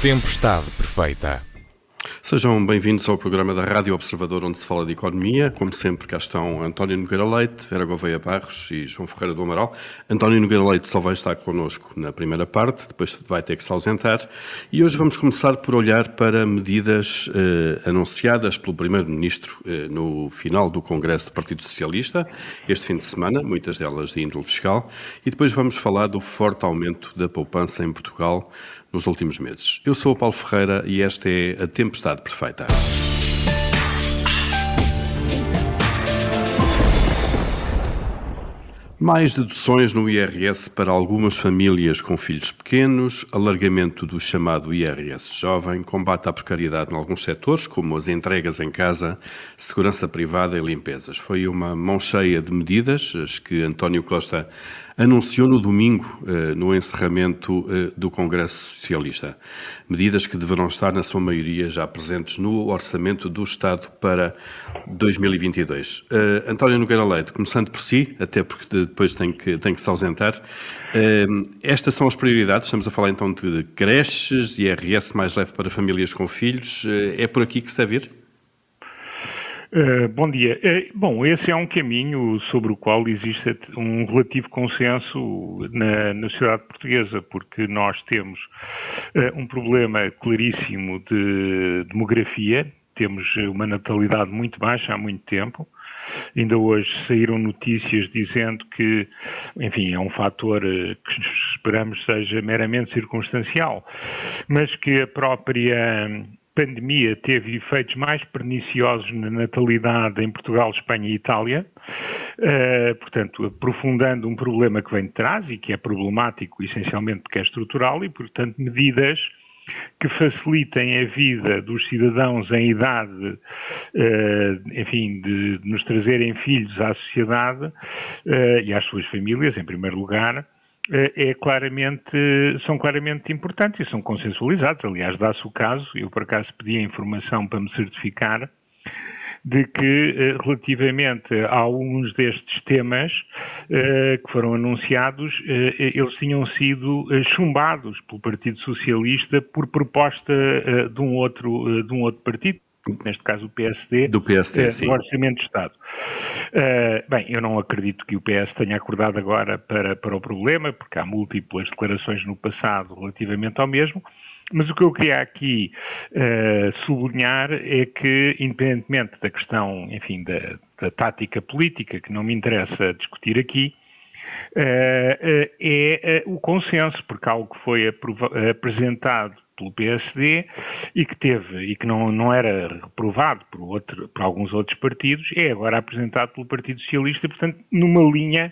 Tempestade Perfeita. Sejam bem-vindos ao programa da Rádio Observador, onde se fala de economia. Como sempre, cá estão António Nogueira Leite, Vera Gouveia Barros e João Ferreira do Amaral. António Nogueira Leite só vai estar connosco na primeira parte, depois vai ter que se ausentar. E hoje vamos começar por olhar para medidas anunciadas pelo Primeiro-Ministro no final do Congresso do Partido Socialista, este fim de semana, muitas delas de índole fiscal. E depois vamos falar do forte aumento da poupança em Portugal nos últimos meses. Eu sou o Paulo Ferreira e esta é a Tempestade Perfeita. Mais deduções no IRS para algumas famílias com filhos pequenos, alargamento do chamado IRS jovem, combate à precariedade em alguns setores, como as entregas em casa, segurança privada e limpezas. Foi uma mão cheia de medidas, as que António Costa anunciou no domingo, no encerramento do Congresso Socialista. Medidas que deverão estar, na sua maioria, já presentes no Orçamento do Estado para 2022. António Nogueira Leite, começando por si, até porque depois tem que se ausentar. Estas são as prioridades. Estamos a falar então de creches, IRS mais leve para famílias com filhos. É por aqui que se deve ir? Bom dia. Bom, esse é um caminho sobre o qual existe um relativo consenso na sociedade portuguesa, porque nós temos um problema claríssimo de demografia, temos uma natalidade muito baixa há muito tempo. Ainda hoje saíram notícias dizendo que, enfim, é um fator que esperamos seja meramente circunstancial, mas que a própria pandemia teve efeitos mais perniciosos na natalidade em Portugal, Espanha e Itália, portanto, aprofundando um problema que vem de trás e que é problemático essencialmente porque é estrutural e, portanto, medidas que facilitem a vida dos cidadãos em idade, enfim, de nos trazerem filhos à sociedade e às suas famílias, em primeiro lugar, são claramente importantes e são consensualizados. Aliás, dá-se o caso, eu por acaso pedi a informação para me certificar, de que relativamente a alguns destes temas que foram anunciados, eles tinham sido chumbados pelo Partido Socialista por proposta de um outro partido, neste caso o PSD, do Orçamento de Estado. Bem, eu não acredito que o PS tenha acordado agora para o problema, porque há múltiplas declarações no passado relativamente ao mesmo, mas o que eu queria aqui sublinhar é que, independentemente da questão, enfim, da tática política, que não me interessa discutir aqui, é o consenso, porque algo que foi apresentado pelo PSD e que não era reprovado por alguns outros partidos, é agora apresentado pelo Partido Socialista, portanto, numa linha,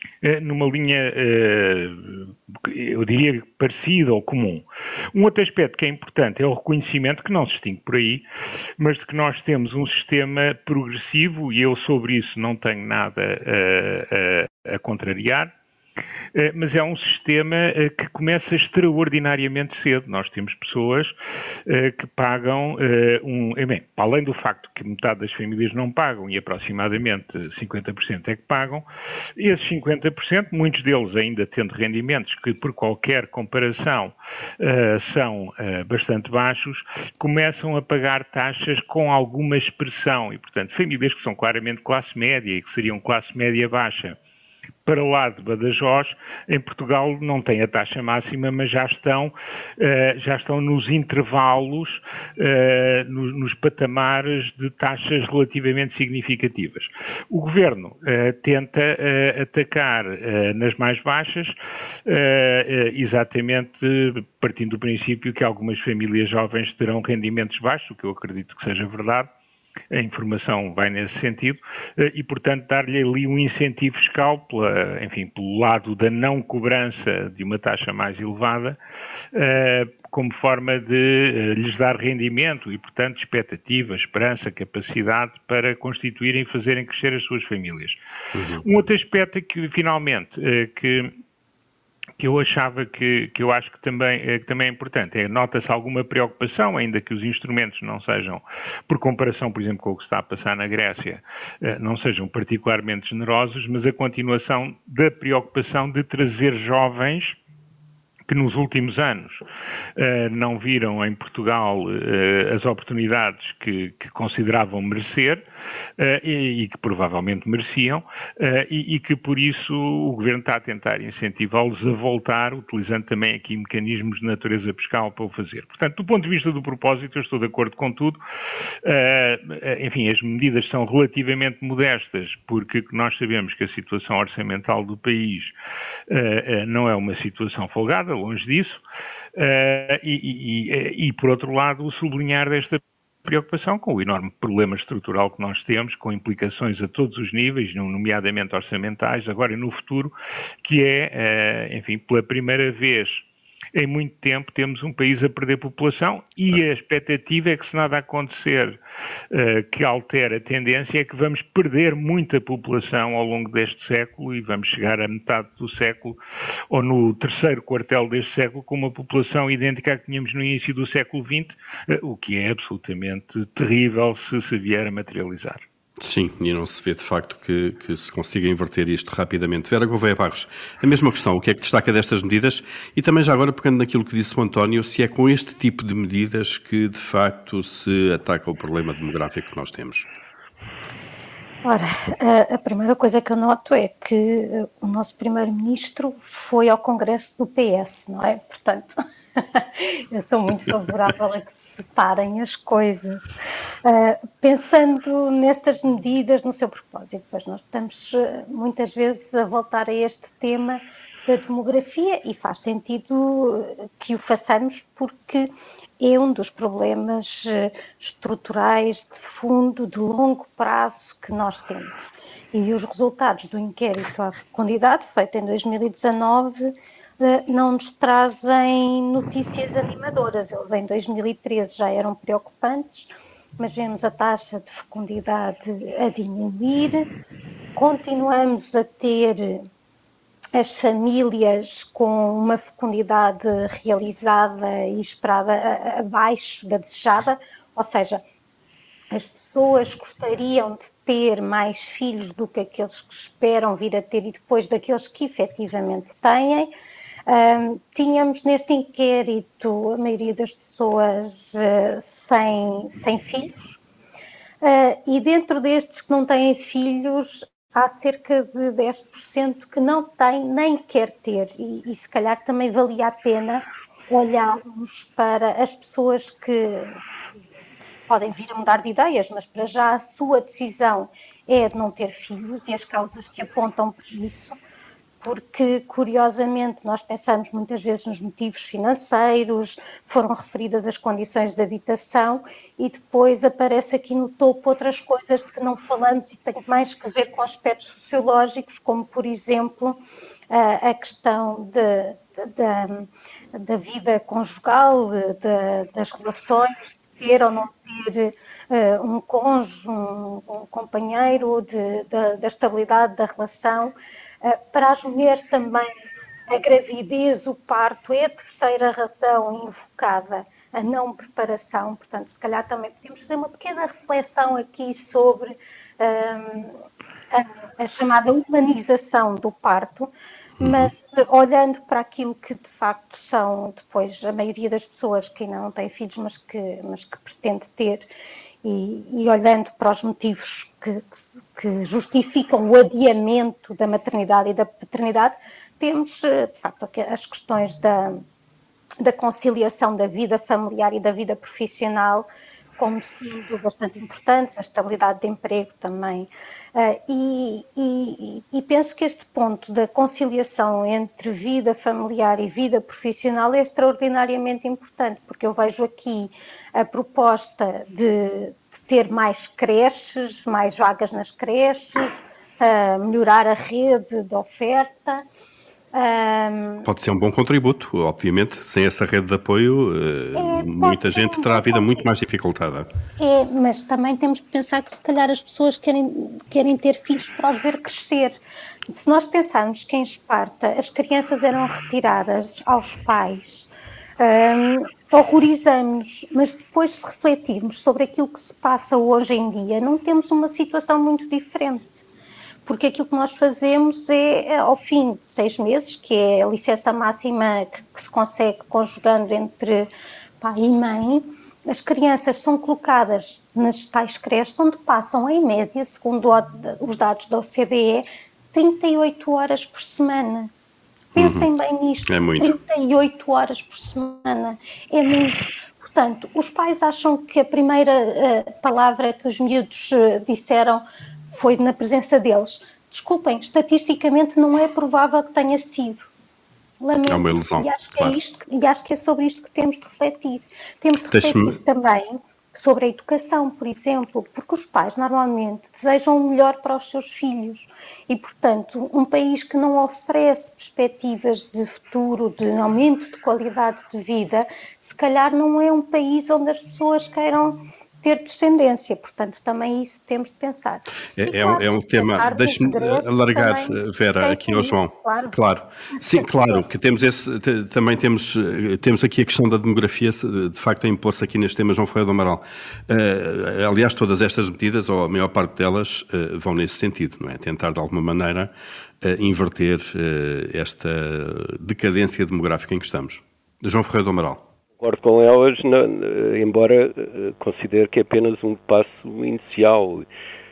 eu diria, parecida ou comum. Um outro aspecto que é importante é o reconhecimento, que não se distingue por aí, mas de que nós temos um sistema progressivo, e eu sobre isso não tenho nada a contrariar, mas é um sistema que começa extraordinariamente cedo. Nós temos pessoas que pagam, para além do facto que metade das famílias não pagam e aproximadamente 50% é que pagam, esses 50%, muitos deles ainda tendo rendimentos que por qualquer comparação são bastante baixos, começam a pagar taxas com alguma expressão e, portanto, famílias que são claramente classe média e que seriam classe média baixa, para lá de Badajoz, em Portugal não tem a taxa máxima, mas já estão nos intervalos, nos patamares de taxas relativamente significativas. O Governo tenta atacar nas mais baixas, exatamente partindo do princípio que algumas famílias jovens terão rendimentos baixos, o que eu acredito que seja verdade. A informação vai nesse sentido e, portanto, dar-lhe ali um incentivo fiscal, pelo lado da não cobrança de uma taxa mais elevada, como forma de lhes dar rendimento e, portanto, expectativa, esperança, capacidade para constituírem e fazerem crescer as suas famílias. Um outro aspecto é que, finalmente, que eu achava que eu acho que também é importante. Nota-se alguma preocupação, ainda que os instrumentos não sejam, por comparação, por exemplo, com o que está a passar na Grécia, não sejam particularmente generosos, mas a continuação da preocupação de trazer jovens que nos últimos anos não viram em Portugal as oportunidades que consideravam merecer e que provavelmente mereciam e que por isso o Governo está a tentar incentivá-los a voltar, utilizando também aqui mecanismos de natureza fiscal para o fazer. Portanto, do ponto de vista do propósito, eu estou de acordo com tudo. Enfim, as medidas são relativamente modestas, porque nós sabemos que a situação orçamental do país não é uma situação folgada, longe disso, e por outro lado, o sublinhar desta preocupação com o enorme problema estrutural que nós temos, com implicações a todos os níveis, nomeadamente orçamentais, agora e no futuro, que é, enfim, pela primeira vez em muito tempo temos um país a perder população e a expectativa é que, se nada acontecer que altere a tendência, é que vamos perder muita população ao longo deste século e vamos chegar à metade do século ou no terceiro quartel deste século com uma população idêntica à que tínhamos no início do século XX, o que é absolutamente terrível se vier a materializar. Sim, e não se vê de facto que se consiga inverter isto rapidamente. Vera Gouveia Barros, a mesma questão, o que é que destaca destas medidas? E também já agora, pegando naquilo que disse o António, se é com este tipo de medidas que de facto se ataca o problema demográfico que nós temos? Ora, a primeira coisa que eu noto é que o nosso primeiro-ministro foi ao Congresso do PS, não é? Portanto, eu sou muito favorável a que se separem as coisas. Pensando nestas medidas, no seu propósito, pois nós estamos muitas vezes a voltar a este tema da demografia e faz sentido que o façamos porque é um dos problemas estruturais de fundo, de longo prazo que nós temos. E os resultados do inquérito à fecundidade, feito em 2019, não nos trazem notícias animadoras. Eles em 2013 já eram preocupantes, mas vemos a taxa de fecundidade a diminuir, continuamos a ter as famílias com uma fecundidade realizada e esperada abaixo da desejada, ou seja, as pessoas gostariam de ter mais filhos do que aqueles que esperam vir a ter e depois daqueles que efetivamente têm. Tínhamos neste inquérito a maioria das pessoas sem filhos e dentro destes que não têm filhos há cerca de 10% que não tem nem quer ter e se calhar também valia a pena olharmos para as pessoas que podem vir a mudar de ideias, mas para já a sua decisão é de não ter filhos e as causas que apontam para isso, porque, curiosamente, nós pensamos muitas vezes nos motivos financeiros, foram referidas as condições de habitação e depois aparece aqui no topo outras coisas de que não falamos e tem mais que ver com aspectos sociológicos, como, por exemplo, a questão da vida conjugal, das relações, de ter ou não ter um cônjuge, um companheiro, da estabilidade da relação. Para as mulheres também a gravidez, o parto é a terceira razão invocada, a não preparação, portanto se calhar também podemos fazer uma pequena reflexão aqui sobre a chamada humanização do parto, mas olhando para aquilo que de facto são depois a maioria das pessoas que ainda não têm filhos, mas que pretende ter, e olhando para os motivos que justificam o adiamento da maternidade e da paternidade, temos de facto as questões da conciliação da vida familiar e da vida profissional como sendo bastante importantes, a estabilidade de emprego também. E penso que este ponto da conciliação entre vida familiar e vida profissional é extraordinariamente importante, porque eu vejo aqui a proposta de ter mais creches, mais vagas nas creches, melhorar a rede de oferta. Pode ser um bom contributo, obviamente, sem essa rede de apoio muita gente terá a vida muito mais dificultada. Mas também temos de pensar que se calhar as pessoas querem ter filhos para os ver crescer. Se nós pensarmos que em Esparta as crianças eram retiradas aos pais, horrorizamos-nos, mas depois se refletirmos sobre aquilo que se passa hoje em dia, não temos uma situação muito diferente. porque aquilo que nós fazemos é, ao fim de 6 meses, que é a licença máxima que se consegue conjugando entre pai e mãe, as crianças são colocadas nas tais creches, onde passam, em média, segundo os dados da OCDE, 38 horas por semana. Pensem bem nisto, 38 horas por semana, é muito. Portanto, os pais acham que a primeira palavra que os miúdos disseram foi na presença deles. Desculpem, estatisticamente não é provável que tenha sido. Lamento. É uma ilusão, e acho que claro. e acho que é sobre isto que temos de refletir. Temos de refletir também sobre a educação, por exemplo, porque os pais normalmente desejam o melhor para os seus filhos e, portanto, um país que não oferece perspectivas de futuro, de aumento de qualidade de vida, se calhar não é um país onde as pessoas queiram ter descendência, portanto, também isso temos de pensar. É um tema, deixe-me alargar, Vera, aqui ao João. Claro. Sim, claro, que também temos aqui a questão da demografia, de facto, a impor-se aqui neste tema, João Ferreira do Amaral. Aliás, todas estas medidas, ou a maior parte delas, vão nesse sentido, não é? Tentar, de alguma maneira, inverter esta decadência demográfica em que estamos. João Ferreira do Amaral. Concordo com elas, embora considere que é apenas um passo inicial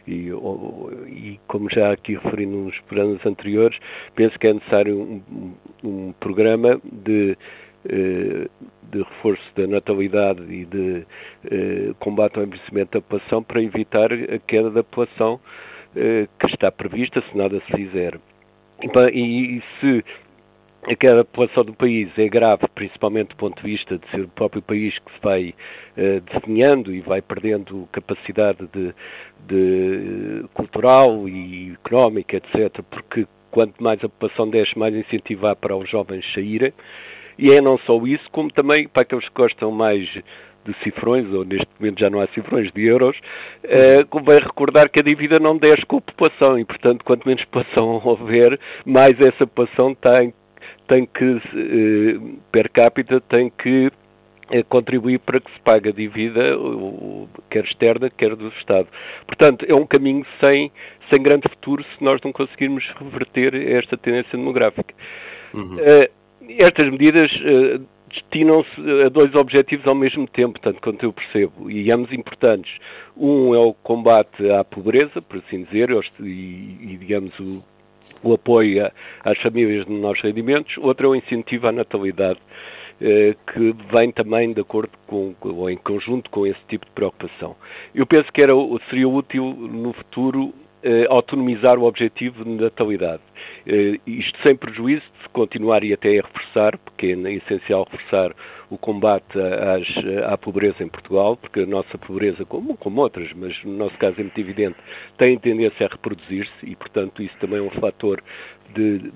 e como já aqui referi nos programas anteriores, penso que é necessário um programa de reforço da natalidade e de combate ao envelhecimento da população para evitar a queda da população que está prevista se nada se fizer. E se a queda da população do país é grave, principalmente do ponto de vista de ser o próprio país que se vai definhando e vai perdendo capacidade de cultural e económica, etc., porque quanto mais a população desce, mais incentivar para os jovens saírem. E é não só isso, como também para aqueles que gostam mais de cifrões, ou neste momento já não há cifrões de euros, convém recordar que a dívida não desce com a população e, portanto, quanto menos população houver, mais essa população tem que, per capita, tem que contribuir para que se pague a dívida, quer externa, quer do Estado. Portanto, é um caminho sem grande futuro se nós não conseguirmos reverter esta tendência demográfica. Estas medidas destinam-se a 2 objetivos ao mesmo tempo, tanto quanto eu percebo, e ambos importantes. Um é o combate à pobreza, por assim dizer, e digamos, o apoio às famílias de menores rendimentos. Outro é o incentivo à natalidade, que vem também de acordo ou em conjunto com esse tipo de preocupação. Eu penso que seria útil no futuro autonomizar o objetivo de natalidade. Isto sem prejuízo de se continuar e até a reforçar, porque é essencial reforçar o combate à pobreza em Portugal, porque a nossa pobreza, como outras, mas no nosso caso é muito evidente, tem tendência a reproduzir-se e, portanto, isso também é um fator de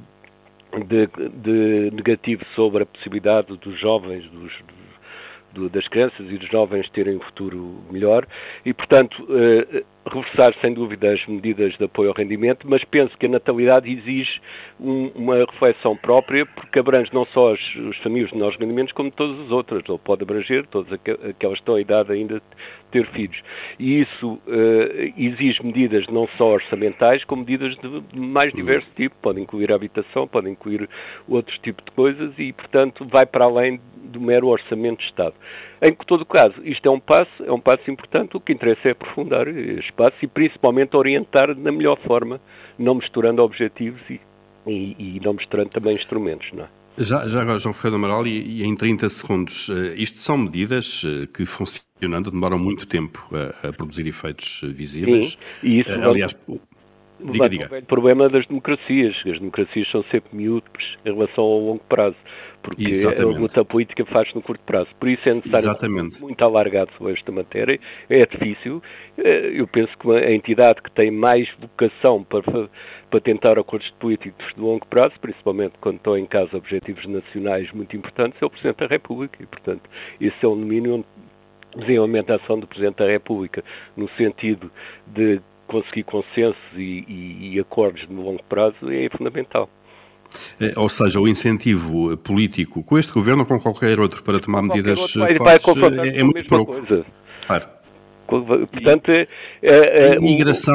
negativo sobre a possibilidade dos jovens, das crianças e dos jovens terem um futuro melhor e, portanto, reforçar sem dúvida as medidas de apoio ao rendimento, mas penso que a natalidade exige uma reflexão própria, porque abrange não só as famílias de menores rendimentos, como todas as outras, ou pode abranger todas aquelas que estão à idade ainda de ter filhos. E isso exige medidas não só orçamentais, como medidas de mais diverso tipo, podem incluir a habitação, podem incluir outros tipos de coisas e, portanto, vai para além do mero orçamento de Estado. Em todo caso, isto é um passo importante, o que interessa é aprofundar este passo e principalmente orientar na melhor forma, não misturando objetivos e não misturando também instrumentos, não é? Já agora, João Ferreira do Amaral, e em 30 segundos, isto são medidas que funcionando demoram muito tempo a produzir efeitos visíveis. Sim, e isso aliás, diga. O problema das democracias. As democracias são sempre míopes em relação ao longo prazo, porque a luta política faz-se no curto prazo. Por isso é necessário muito alargado sobre esta matéria. É difícil. Eu penso que a entidade que tem mais vocação para tentar acordos políticos de longo prazo, principalmente quando estão em causa objetivos nacionais muito importantes, é o Presidente da República. E, portanto, esse é um domínio onde o desenvolvimento da ação do Presidente da República, no sentido de conseguir consensos e acordos de longo prazo, é fundamental. Ou seja, o incentivo político com este governo ou com qualquer outro para tomar medidas fortes é muito pouco. Claro. Portanto, a imigração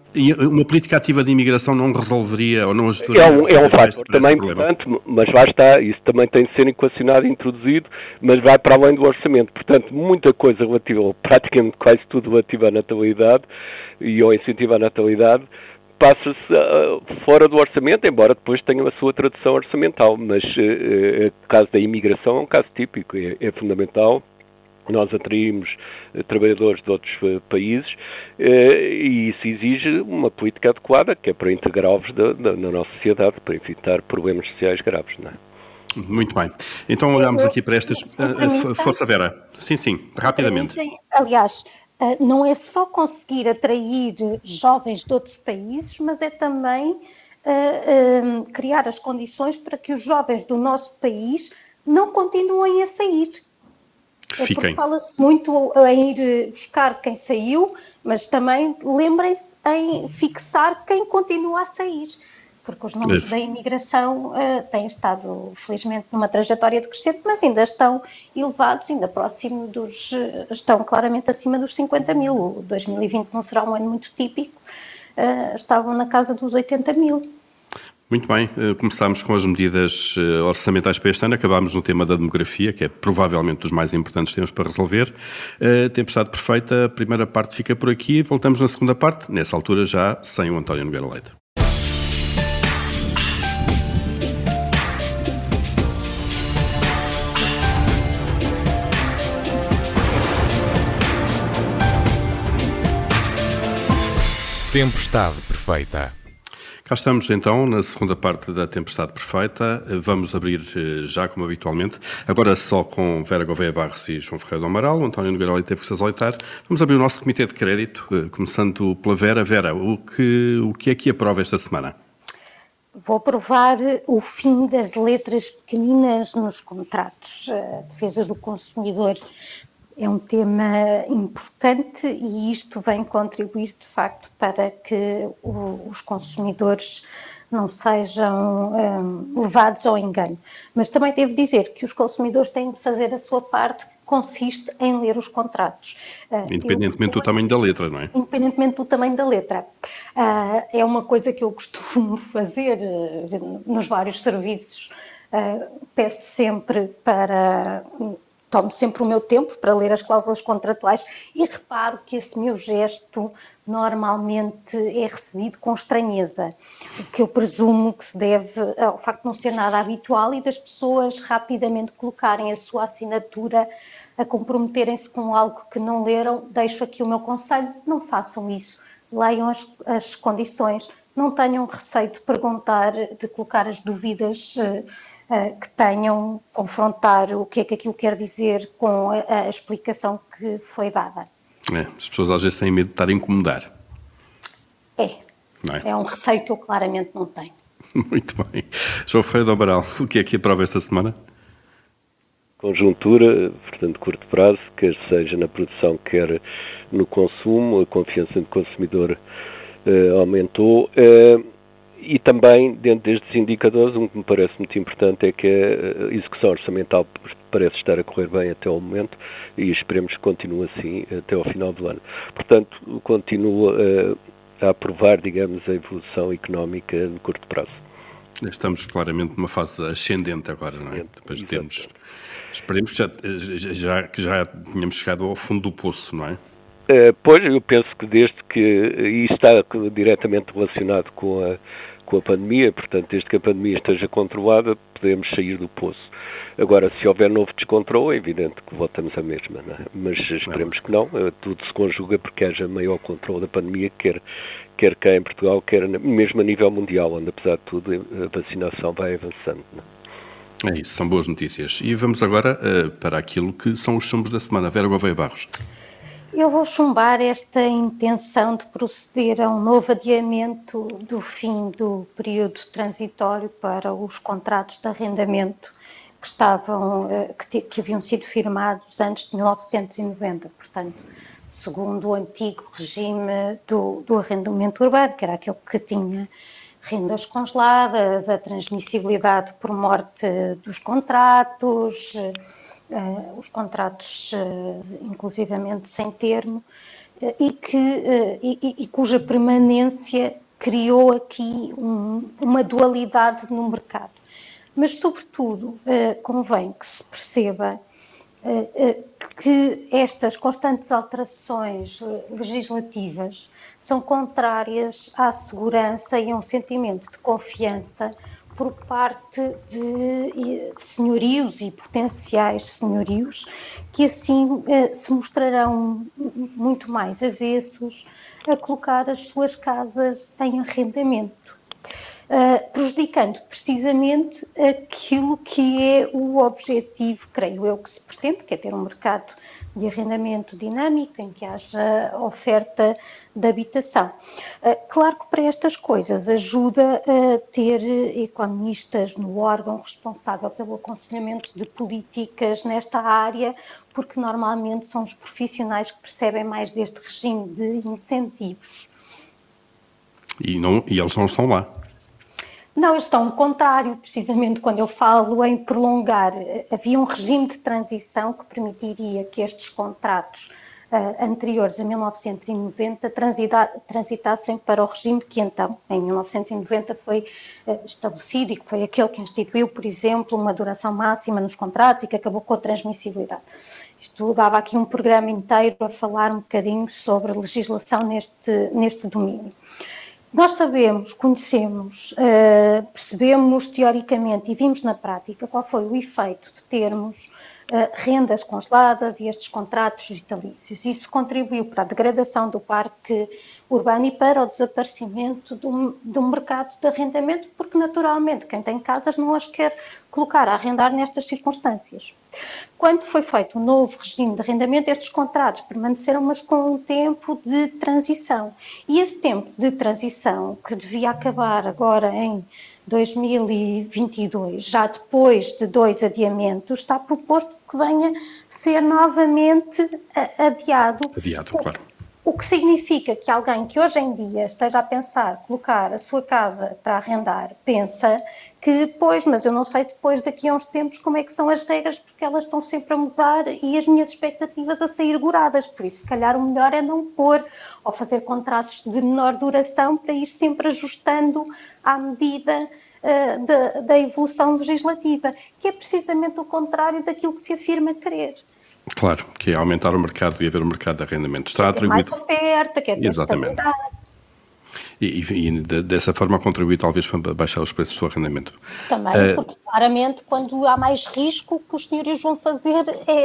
E uma política ativa de imigração não resolveria ou não ajudaria? É um fator também importante, mas lá está, isso também tem de ser equacionado e introduzido, mas vai para além do orçamento. Portanto, muita coisa relativa, ou praticamente quase tudo relativo à natalidade e ao incentivo à natalidade, passa-se fora do orçamento, embora depois tenha a sua tradução orçamental. Mas o caso da imigração é um caso típico, é fundamental. Nós atraímos trabalhadores de outros países e isso exige uma política adequada, que é para integrá-los na nossa sociedade, para evitar problemas sociais graves, não é? Muito bem. Então olhamos aqui para estas... Força, Vera. Sim, rapidamente. Aliás, não é só conseguir atrair jovens de outros países, mas é também criar as condições para que os jovens do nosso país não continuem a sair. Porque fala-se muito em ir buscar quem saiu, mas também lembrem-se em fixar quem continua a sair, porque os números da imigração têm estado, felizmente, numa trajetória decrescente, mas ainda estão elevados, ainda próximo estão claramente acima dos 50 mil. O 2020 não será um ano muito típico, estavam na casa dos 80 mil. Muito bem, começámos com as medidas orçamentais para este ano, acabámos no tema da demografia, que é provavelmente dos mais importantes temas para resolver. Tempestade perfeita, a primeira parte fica por aqui, voltamos na segunda parte, nessa altura já sem o António Nogueira Leite. Tempestade perfeita. Cá estamos então na segunda parte da Tempestade Perfeita. Vamos abrir já como habitualmente, agora só com Vera Gouveia Barros e João Ferreira do Amaral. O António Nogueira Leite teve que se ausentar. Vamos abrir o nosso comitê de crédito, começando pela Vera. Vera, o que é que aprova esta semana? Vou aprovar o fim das letras pequeninas nos contratos. A defesa do consumidor é um tema importante e isto vem contribuir, de facto, para que os consumidores não sejam levados ao engano. Mas também devo dizer que os consumidores têm de fazer a sua parte, que consiste em ler os contratos. Independentemente do tamanho da letra, não é? Independentemente do tamanho da letra. É uma coisa que eu costumo fazer nos vários serviços. Peço sempre para... Tomo sempre o meu tempo para ler as cláusulas contratuais e reparo que esse meu gesto normalmente é recebido com estranheza, o que eu presumo que se deve ao facto de não ser nada habitual e das pessoas rapidamente colocarem a sua assinatura, a comprometerem-se com algo que não leram. Deixo aqui o meu conselho: não façam isso, leiam as condições, não tenham receio de perguntar, de colocar as dúvidas que tenham, confrontar o que é que aquilo quer dizer com a explicação que foi dada. As pessoas às vezes têm medo de estar a incomodar. É um receio que eu claramente não tenho. Muito bem. João Ferreira do Amaral, o que é que aprova esta semana? Conjuntura, portanto, curto prazo, quer seja na produção, quer no consumo, a confiança do consumidor aumentou. E também, dentro destes indicadores, um que me parece muito importante é que a execução orçamental parece estar a correr bem até ao momento e esperemos que continue assim até ao final do ano. Portanto, continuo a aprovar, digamos, a evolução económica no curto prazo. Estamos claramente numa fase ascendente agora, não é? Depois temos... Esperemos que já tenhamos chegado ao fundo do poço, não é? Pois, eu penso que desde que... E está diretamente relacionado com a pandemia, portanto, desde que a pandemia esteja controlada, podemos sair do poço. Agora, se houver novo descontrole, é evidente que voltamos à mesma, não é? Mas esperemos que não. Tudo se conjuga porque haja maior controle da pandemia, quer cá em Portugal, quer mesmo a nível mundial, onde, apesar de tudo, a vacinação vai avançando, não é? É isso, são boas notícias. E vamos agora para aquilo que são os chumbos da semana. Vera Gouveia Barros. Eu vou chumbar esta intenção de proceder a um novo adiamento do fim do período transitório para os contratos de arrendamento que haviam sido firmados antes de 1990, portanto, segundo o antigo regime do arrendamento urbano, que era aquele que tinha rendas congeladas, a transmissibilidade por morte dos contratos, os contratos inclusivamente sem termo, e cuja permanência criou aqui uma dualidade no mercado. Mas, sobretudo, convém que se perceba que estas constantes alterações legislativas são contrárias à segurança e a um sentimento de confiança por parte de senhorios e potenciais senhorios que assim se mostrarão muito mais avessos a colocar as suas casas em arrendamento, prejudicando precisamente aquilo que é o objetivo, creio eu, que se pretende, que é ter um mercado de arrendamento dinâmico, em que haja oferta de habitação. Claro que para estas coisas ajuda a ter economistas no órgão responsável pelo aconselhamento de políticas nesta área, porque normalmente são os profissionais que percebem mais deste regime de incentivos. E eles não estão lá. Não, eles estão ao contrário, precisamente quando eu falo em prolongar, havia um regime de transição que permitiria que estes contratos anteriores a 1990 transitassem para o regime que então, em 1990, foi estabelecido e que foi aquele que instituiu, por exemplo, uma duração máxima nos contratos e que acabou com a transmissibilidade. Isto dava aqui um programa inteiro a falar um bocadinho sobre legislação neste domínio. Nós sabemos, conhecemos, percebemos teoricamente e vimos na prática qual foi o efeito de termos rendas congeladas e estes contratos vitalícios. Isso contribuiu para a degradação do parque urbano e para o desaparecimento do mercado de arrendamento, porque naturalmente quem tem casas não as quer colocar a arrendar nestas circunstâncias. Quando foi feito um novo regime de arrendamento, estes contratos permaneceram, mas com um tempo de transição. E esse tempo de transição, que devia acabar agora em 2022, já depois de 2 adiamentos, está proposto que venha ser novamente adiado. Adiado, claro. O que significa que alguém que hoje em dia esteja a pensar colocar a sua casa para arrendar, pensa que, pois, mas eu não sei depois daqui a uns tempos como é que são as regras, porque elas estão sempre a mudar e as minhas expectativas a sair goradas. Por isso, se calhar o melhor é não pôr ou fazer contratos de menor duração para ir sempre ajustando à medida da evolução legislativa, que é precisamente o contrário daquilo que se afirma querer. Claro, que é aumentar o mercado e haver um mercado de arrendamento. Está atribuído mais oferta, quer ter estabilidade. E dessa forma contribuir talvez para baixar os preços do arrendamento. Também, porque claramente quando há mais risco, o que os senhores vão fazer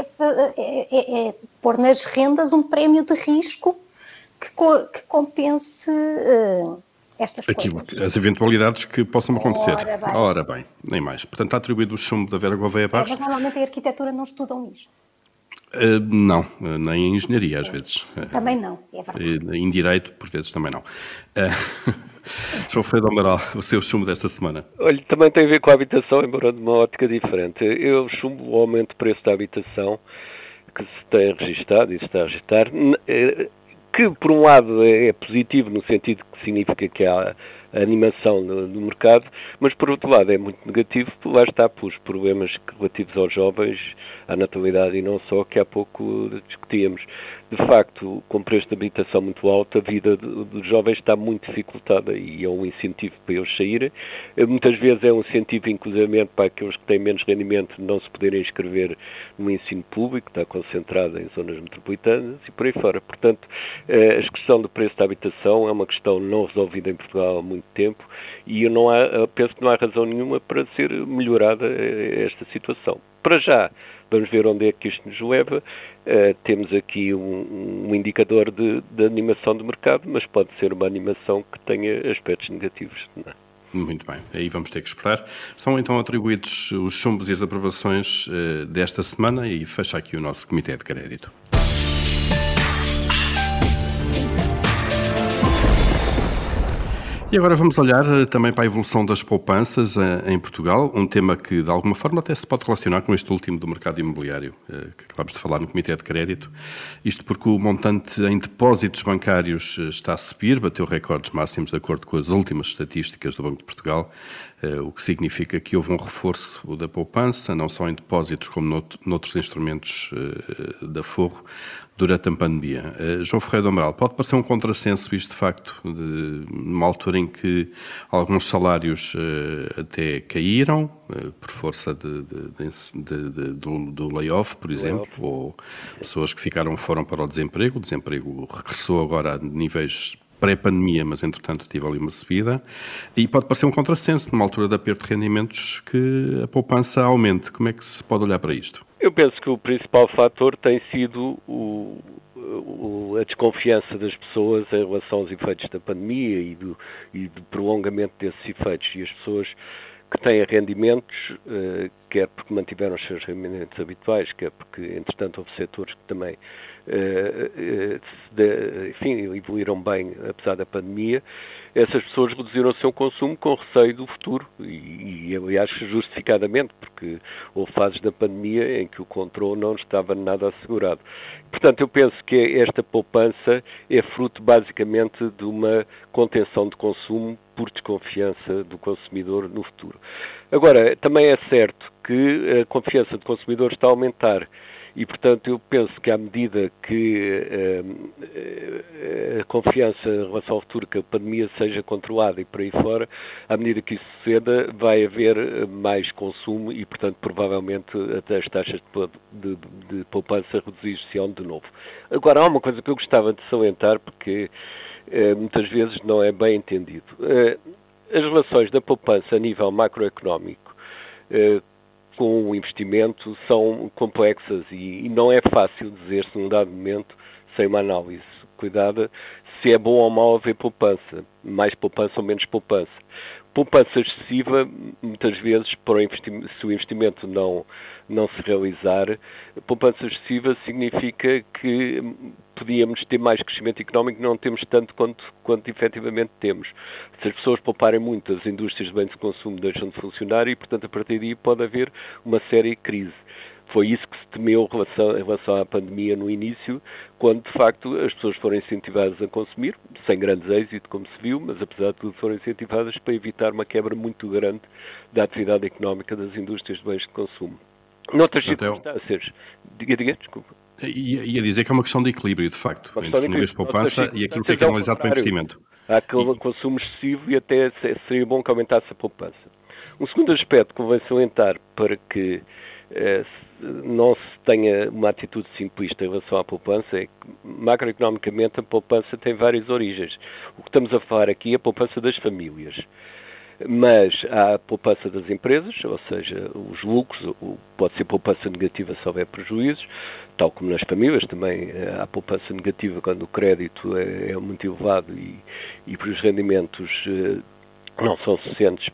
é pôr nas rendas um prémio de risco que compense estas coisas. As eventualidades que possam acontecer. Ora bem, nem mais. Portanto, está atribuído o chumbo da Vera Gouveia Barros. Mas normalmente em arquitetura não estudam isto. Não, nem em engenharia às vezes. Também não, é verdade. Em direito, por vezes, também não. João Freire Amaral, o seu chumbo desta semana. Olha, também tem a ver com a habitação, embora de uma ótica diferente. Eu chumbo o aumento de preço da habitação que se tem registado e se está a registrar, que por um lado é positivo no sentido que significa que há animação no mercado, mas por outro lado é muito negativo, lá está, pelos problemas relativos aos jovens, à natalidade e não só, que há pouco discutíamos. De facto, com o preço de habitação muito alto, a vida dos jovens está muito dificultada e é um incentivo para eles saírem. Muitas vezes é um incentivo, inclusivamente, para aqueles que têm menos rendimento não se poderem inscrever no ensino público, que está concentrado em zonas metropolitanas e por aí fora. Portanto, a questão do preço da habitação é uma questão não resolvida em Portugal há muito tempo e penso que não há razão nenhuma para ser melhorada esta situação. Para já, vamos ver onde é que isto nos leva. Temos aqui um indicador de animação do mercado, mas pode ser uma animação que tenha aspectos negativos. Não é? Muito bem, aí vamos ter que esperar. Estão então atribuídos os chumbos e as aprovações desta semana e fecha aqui o nosso Comitê de Crédito. E agora vamos olhar também para a evolução das poupanças em Portugal, um tema que de alguma forma até se pode relacionar com este último do mercado imobiliário, que acabamos de falar no Comitê de Crédito. Isto porque o montante em depósitos bancários está a subir, bateu recordes máximos de acordo com as últimas estatísticas do Banco de Portugal. o que significa que houve um reforço da poupança, não só em depósitos como noutros instrumentos de aforro, durante a pandemia. João Ferreira do Amaral, pode parecer um contrassenso isto de facto, numa altura em que alguns salários até caíram, por força do layoff, por exemplo, ou pessoas que foram para o desemprego regressou agora a níveis pré-pandemia, mas entretanto tive ali uma subida, e pode parecer um contrassenso numa altura de aperto de rendimentos que a poupança aumente. Como é que se pode olhar para isto? Eu penso que o principal fator tem sido a desconfiança das pessoas em relação aos efeitos da pandemia e do prolongamento desses efeitos. E as pessoas que têm rendimentos, quer porque mantiveram os seus rendimentos habituais, quer porque, entretanto, houve setores que também evoluíram bem apesar da pandemia, essas pessoas reduziram o seu consumo com receio do futuro e aliás, justificadamente, porque houve fases da pandemia em que o controle não estava nada assegurado. Portanto, eu penso que esta poupança é fruto basicamente de uma contenção de consumo por desconfiança do consumidor no futuro. Agora, também é certo que a confiança do consumidor está a aumentar. E, portanto, eu penso que à medida que a confiança em relação ao futuro, que a pandemia seja controlada e por aí fora, à medida que isso suceda, vai haver mais consumo e, portanto, provavelmente até as taxas de poupança reduzir-se-ão de novo. Agora, há uma coisa que eu gostava de salientar, porque muitas vezes não é bem entendido. As relações da poupança a nível macroeconómico com o investimento são complexas e não é fácil dizer-se num dado momento sem uma análise. Cuidado se é bom ou mau haver poupança, mais poupança ou menos poupança. Poupança excessiva, muitas vezes, se o investimento não se realizar, poupança excessiva significa que podíamos ter mais crescimento económico, não temos tanto quanto efetivamente temos. Se as pessoas pouparem muito, as indústrias de bens de consumo deixam de funcionar e, portanto, a partir daí pode haver uma séria crise. Foi isso que se temeu em relação à pandemia no início, quando, de facto, as pessoas foram incentivadas a consumir, sem grandes êxito, como se viu, mas, apesar de tudo, foram incentivadas para evitar uma quebra muito grande da atividade económica das indústrias de bens de consumo. Noutras circunstâncias... Diga, desculpa. Ia dizer que é uma questão de equilíbrio, de facto, entre os níveis de poupança e aquilo que é canalizado para o investimento. Há aquele consumo excessivo e até seria bom que aumentasse a poupança. Um segundo aspecto que convém salientar para que não se tenha uma atitude simplista em relação à poupança é que, macroeconomicamente, a poupança tem várias origens. O que estamos a falar aqui é a poupança das famílias. Mas há a poupança das empresas, ou seja, os lucros, pode ser poupança negativa se houver prejuízos, tal como nas famílias também há poupança negativa quando o crédito é muito elevado e os rendimentos não são suficientes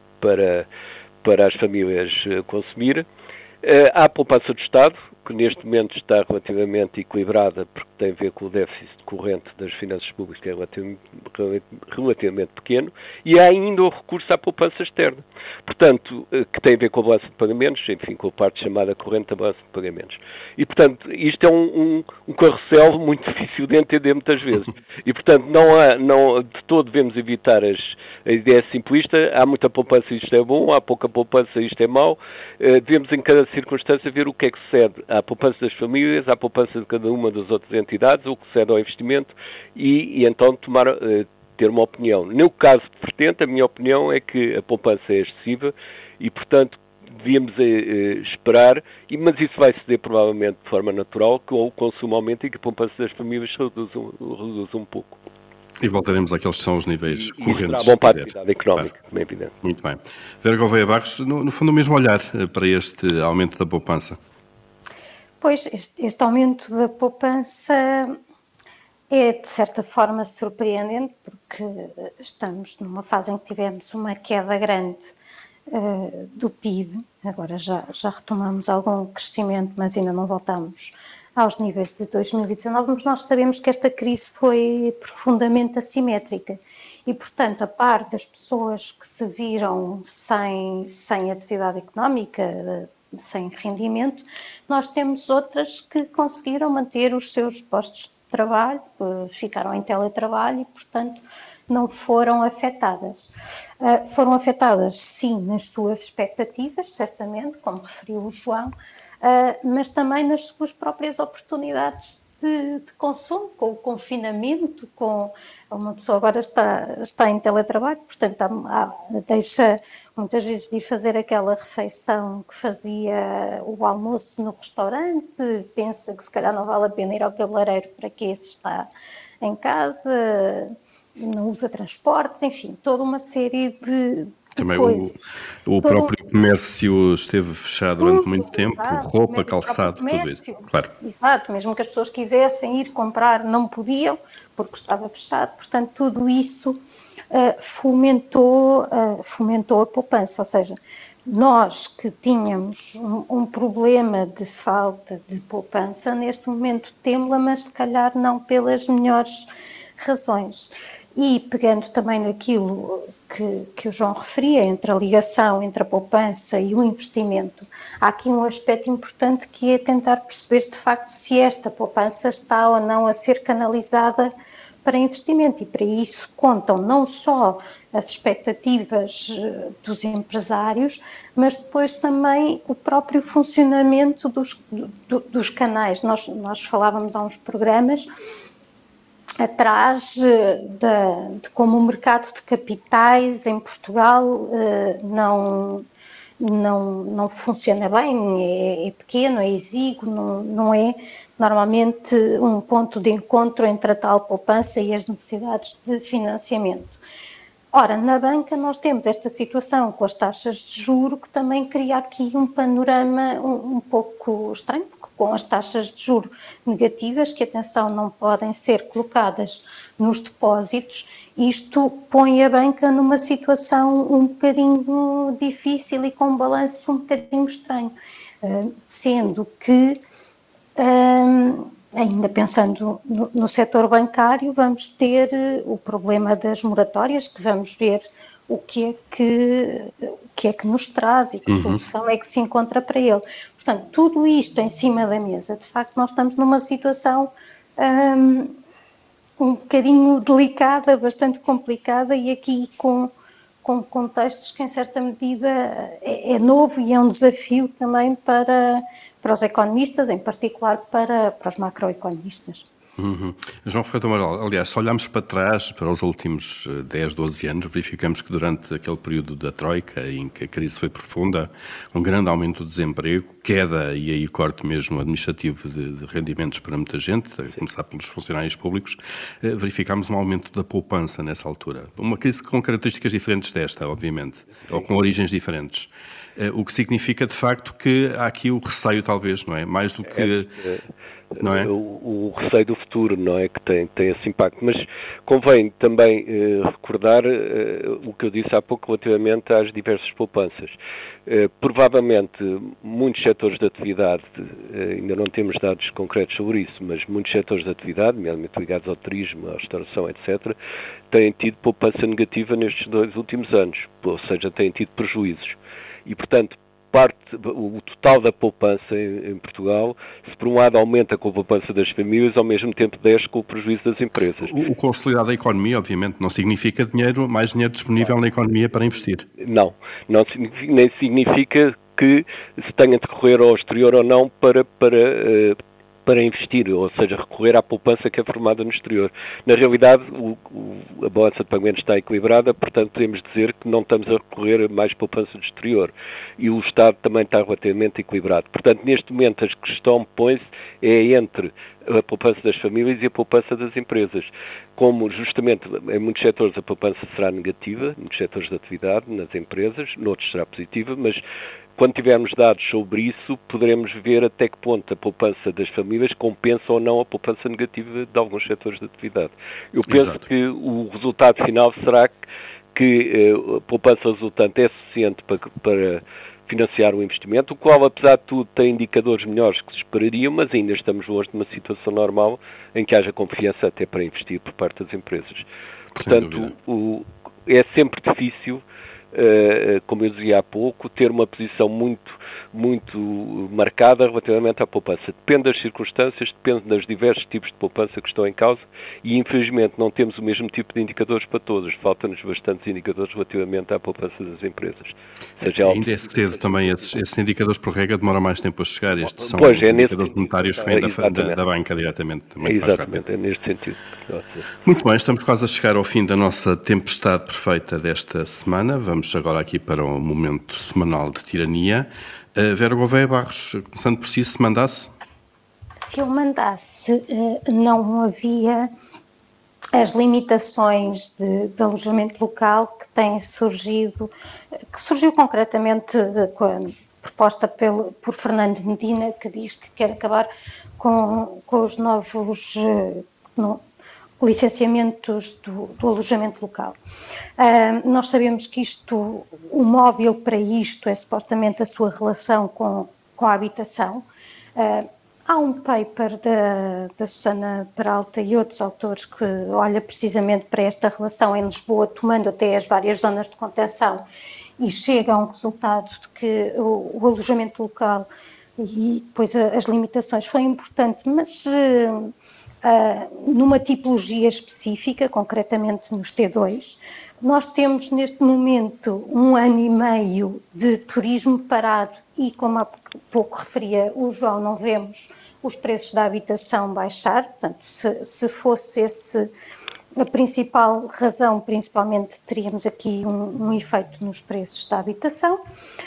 para as famílias consumir. Há a poupança do Estado, que neste momento está relativamente equilibrada, porque tem a ver com o déficit corrente das finanças públicas, que é relativamente pequeno, e há ainda o recurso à poupança externa, portanto, que tem a ver com a balança de pagamentos, enfim, com a parte chamada corrente da balança de pagamentos. E, portanto, isto é um carrossel muito difícil de entender muitas vezes. E, portanto, de todo devemos evitar a ideia simplista, há muita poupança e isto é bom, há pouca poupança e isto é mau. Devemos, em cada circunstância, ver o que é que cede à poupança das famílias, à poupança de cada uma das outras entidades, o que cede ao investimento e então ter uma opinião. No caso de vertente, a minha opinião é que a poupança é excessiva e, portanto, devíamos esperar, mas isso vai se dar provavelmente de forma natural, que o consumo aumente e que a poupança das famílias reduza um pouco. E voltaremos àqueles que são os níveis correntes. Será bom para a atividade económica, como é evidente. Muito bem. Vera Gouveia Barros, no fundo, o mesmo olhar para este aumento da poupança. Pois, este aumento da poupança é, de certa forma, surpreendente, porque estamos numa fase em que tivemos uma queda grande do PIB, agora já retomamos algum crescimento, mas ainda não voltamos aos níveis de 2019, mas nós sabemos que esta crise foi profundamente assimétrica e, portanto, a par das pessoas que se viram sem atividade económica, sem rendimento, nós temos outras que conseguiram manter os seus postos de trabalho, ficaram em teletrabalho e, portanto, não foram afetadas. Foram afetadas, sim, nas suas expectativas, certamente, como referiu o João, mas também nas suas próprias oportunidades de consumo, com o confinamento, com uma pessoa agora está em teletrabalho, portanto deixa muitas vezes de ir fazer aquela refeição que fazia o almoço no restaurante, pensa que se calhar não vale a pena ir ao cabeleireiro para que esse está em casa, não usa transportes, enfim, toda uma série de também coisas. o próprio comércio esteve fechado durante muito tempo, exato, roupa, calçado, tudo isso. Claro. Exato, mesmo que as pessoas quisessem ir comprar, não podiam, porque estava fechado, portanto, tudo isso fomentou a poupança, ou seja, nós que tínhamos um problema de falta de poupança, neste momento temos-la, mas se calhar não pelas melhores razões. E pegando também naquilo que o João referia, entre a ligação entre a poupança e o investimento, há aqui um aspecto importante que é tentar perceber de facto se esta poupança está ou não a ser canalizada para investimento, e para isso contam não só as expectativas dos empresários, mas depois também o próprio funcionamento dos canais. Nós falávamos há uns programas atrás de como o mercado de capitais em Portugal não funciona bem, é pequeno, é exíguo, não é normalmente um ponto de encontro entre a tal poupança e as necessidades de financiamento. Ora, na banca nós temos esta situação com as taxas de juro que também cria aqui um panorama um pouco estranho, porque com as taxas de juro negativas, que atenção, não podem ser colocadas nos depósitos, isto põe a banca numa situação um bocadinho difícil e com um balanço um bocadinho estranho, sendo que ainda pensando no setor bancário, vamos ter o problema das moratórias, que vamos ver o que é que nos traz e que solução é que se encontra para ele. Portanto, tudo isto em cima da mesa, de facto nós estamos numa situação um bocadinho delicada, bastante complicada, e aqui com contextos que em certa medida é novo e é um desafio também para os economistas, em particular para os macroeconomistas. João Ferreira do Amaral, aliás, se olharmos para trás, para os últimos 10, 12 anos, verificamos que durante aquele período da Troika, em que a crise foi profunda, um grande aumento do desemprego, queda e aí corte mesmo administrativo de rendimentos para muita gente, a começar pelos funcionários públicos, verificámos um aumento da poupança nessa altura. Uma crise com características diferentes desta, obviamente, ou com origens diferentes. O que significa, de facto, que há aqui o receio, talvez, não é? Mais do que... Não é? O receio do futuro, não é? Que tem esse impacto. Mas convém também recordar o que eu disse há pouco relativamente às diversas poupanças. Provavelmente muitos setores de atividade, ainda não temos dados concretos sobre isso, mas muitos setores de atividade, nomeadamente ligados ao turismo, à restauração, etc., têm tido poupança negativa nestes 2 últimos anos, ou seja, têm tido prejuízos. E, portanto, o total da poupança em Portugal, se por um lado aumenta com a poupança das famílias, ao mesmo tempo desce com o prejuízo das empresas. O consolidado da economia, obviamente, não significa mais dinheiro disponível na economia para investir. Não nem significa que se tenha de recorrer ao exterior ou não para investir, ou seja, recorrer à poupança que é formada no exterior. Na realidade, a balança de pagamentos está equilibrada, portanto, podemos dizer que não estamos a recorrer a mais poupança do exterior. E o Estado também está relativamente equilibrado. Portanto, neste momento, a questão põe-se entre a poupança das famílias e a poupança das empresas. Como, justamente, em muitos setores a poupança será negativa, em muitos setores de atividade, nas empresas, noutros será positiva, mas quando tivermos dados sobre isso, poderemos ver até que ponto a poupança das famílias compensa ou não a poupança negativa de alguns setores de atividade. Eu penso Exato. que o resultado final será que a poupança resultante é suficiente para financiar o investimento, o qual, apesar de tudo, tem indicadores melhores que se esperariam, mas ainda estamos longe de uma situação normal em que haja confiança até para investir por parte das empresas. Portanto, é sempre difícil, como eu dizia há pouco, ter uma posição muito muito marcada relativamente à poupança. Depende das circunstâncias, depende dos diversos tipos de poupança que estão em causa e, infelizmente, não temos o mesmo tipo de indicadores para todos. Faltam-nos bastantes indicadores relativamente à poupança das empresas. Ainda é cedo também, esses indicadores por regra demoram mais tempo a chegar. Estes são os indicadores monetários que vêm da banca diretamente. Também exatamente, é neste sentido. Muito bem, estamos quase a chegar ao fim da nossa tempestade perfeita desta semana. Vamos agora aqui para o momento semanal de tirania. Vera Gouveia Barros, começando por si, se mandasse? Se eu mandasse, não havia as limitações de alojamento local que têm surgiu concretamente com a proposta por Fernando Medina, que diz que quer acabar com os novos licenciamentos do alojamento local. Nós sabemos que o móvel para isto é supostamente a sua relação com a habitação. Há um paper da Susana Peralta e outros autores que olha precisamente para esta relação em Lisboa, tomando até as várias zonas de contenção, e chega a um resultado de que o alojamento local e depois as limitações foi importante, mas numa tipologia específica, concretamente nos T2, nós temos neste momento 1 ano e meio de turismo parado e, como há pouco referia o João, não vemos os preços da habitação baixar. Portanto, se fosse esse a principal razão, principalmente teríamos aqui um efeito nos preços da habitação.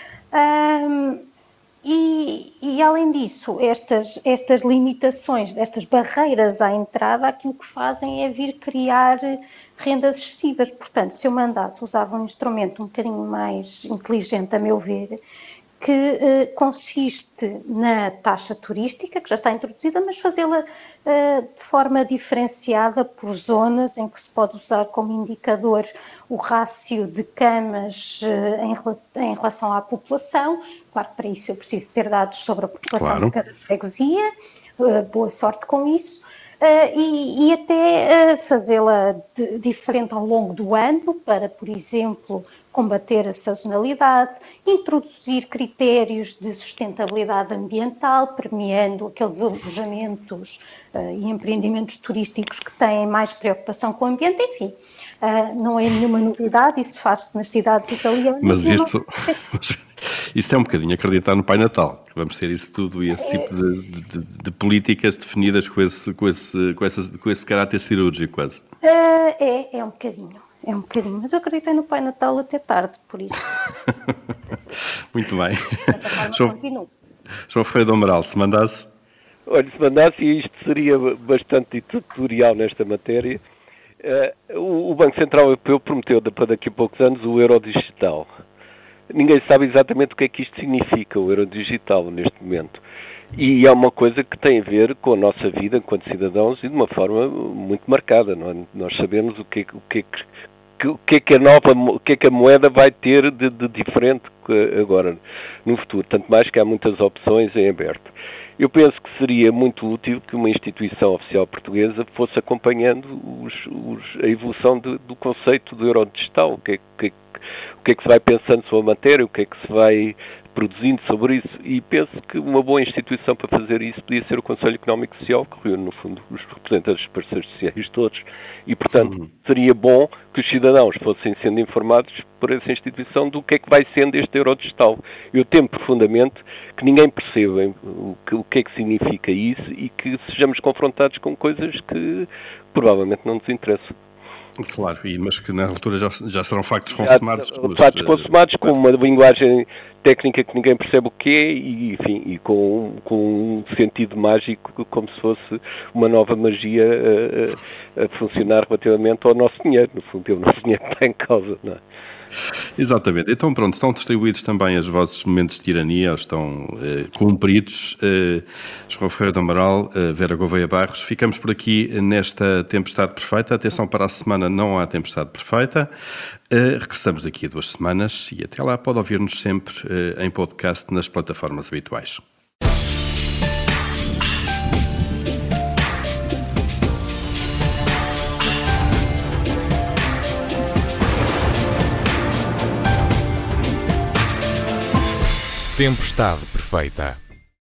E além disso, estas limitações, estas barreiras à entrada, aquilo que fazem é vir criar rendas excessivas. Portanto, se eu mandasse, usava um instrumento um bocadinho mais inteligente, a meu ver, que consiste na taxa turística, que já está introduzida, mas fazê-la de forma diferenciada por zonas, em que se pode usar como indicador o rácio de camas em relação à população. Claro que para isso eu preciso ter dados sobre a população de cada freguesia, boa sorte com isso. E até fazê-la diferente ao longo do ano para, por exemplo, combater a sazonalidade, introduzir critérios de sustentabilidade ambiental, premiando aqueles alojamentos e empreendimentos turísticos que têm mais preocupação com o ambiente. Enfim, não é nenhuma novidade, isso faz-se nas cidades italianas. Mas isso é um bocadinho acreditar no Pai Natal. Vamos ter isso tudo e esse tipo de políticas definidas com esse caráter cirúrgico quase. É um bocadinho, mas eu acreditei no Pai Natal até tarde, por isso. Muito bem. João Ferreira do Amaral, se mandasse? Olha, se mandasse, e isto seria bastante tutorial nesta matéria, o Banco Central Europeu prometeu para daqui a poucos anos o euro digital. Ninguém sabe exatamente o que é que isto significa, o euro digital, neste momento. E é uma coisa que tem a ver com a nossa vida enquanto cidadãos e de uma forma muito marcada. Não é? Nós sabemos o que é que a moeda vai ter de diferente agora, no futuro. Tanto mais que há muitas opções em aberto. Eu penso que seria muito útil que uma instituição oficial portuguesa fosse acompanhando a evolução do conceito do euro digital. O que é que se vai pensando sobre a matéria, o que é que se vai produzindo sobre isso, e penso que uma boa instituição para fazer isso podia ser o Conselho Económico e Social, que reúne, no fundo, os representantes dos parceiros sociais todos, e, portanto, seria bom que os cidadãos fossem sendo informados por essa instituição do que é que vai sendo este euro digital. Eu temo profundamente que ninguém perceba o que é que significa isso e que sejamos confrontados com coisas que provavelmente não nos interessam. Claro, mas que na altura já serão factos consumados. Factos consumados com uma linguagem técnica que ninguém percebe o que é e, enfim, e com um sentido mágico, como se fosse uma nova magia a funcionar relativamente ao nosso dinheiro. No fundo, é o nosso dinheiro que está em causa, não é? Exatamente. Então, pronto, estão distribuídos também os vossos momentos de tirania, estão cumpridos. João Ferreira do Amaral, Vera Gouveia Barros, ficamos por aqui nesta tempestade perfeita. Atenção, para a semana não há tempestade perfeita. Regressamos daqui a 2 semanas e até lá pode ouvir-nos sempre em podcast nas plataformas habituais. Tempestade perfeita. perfeita.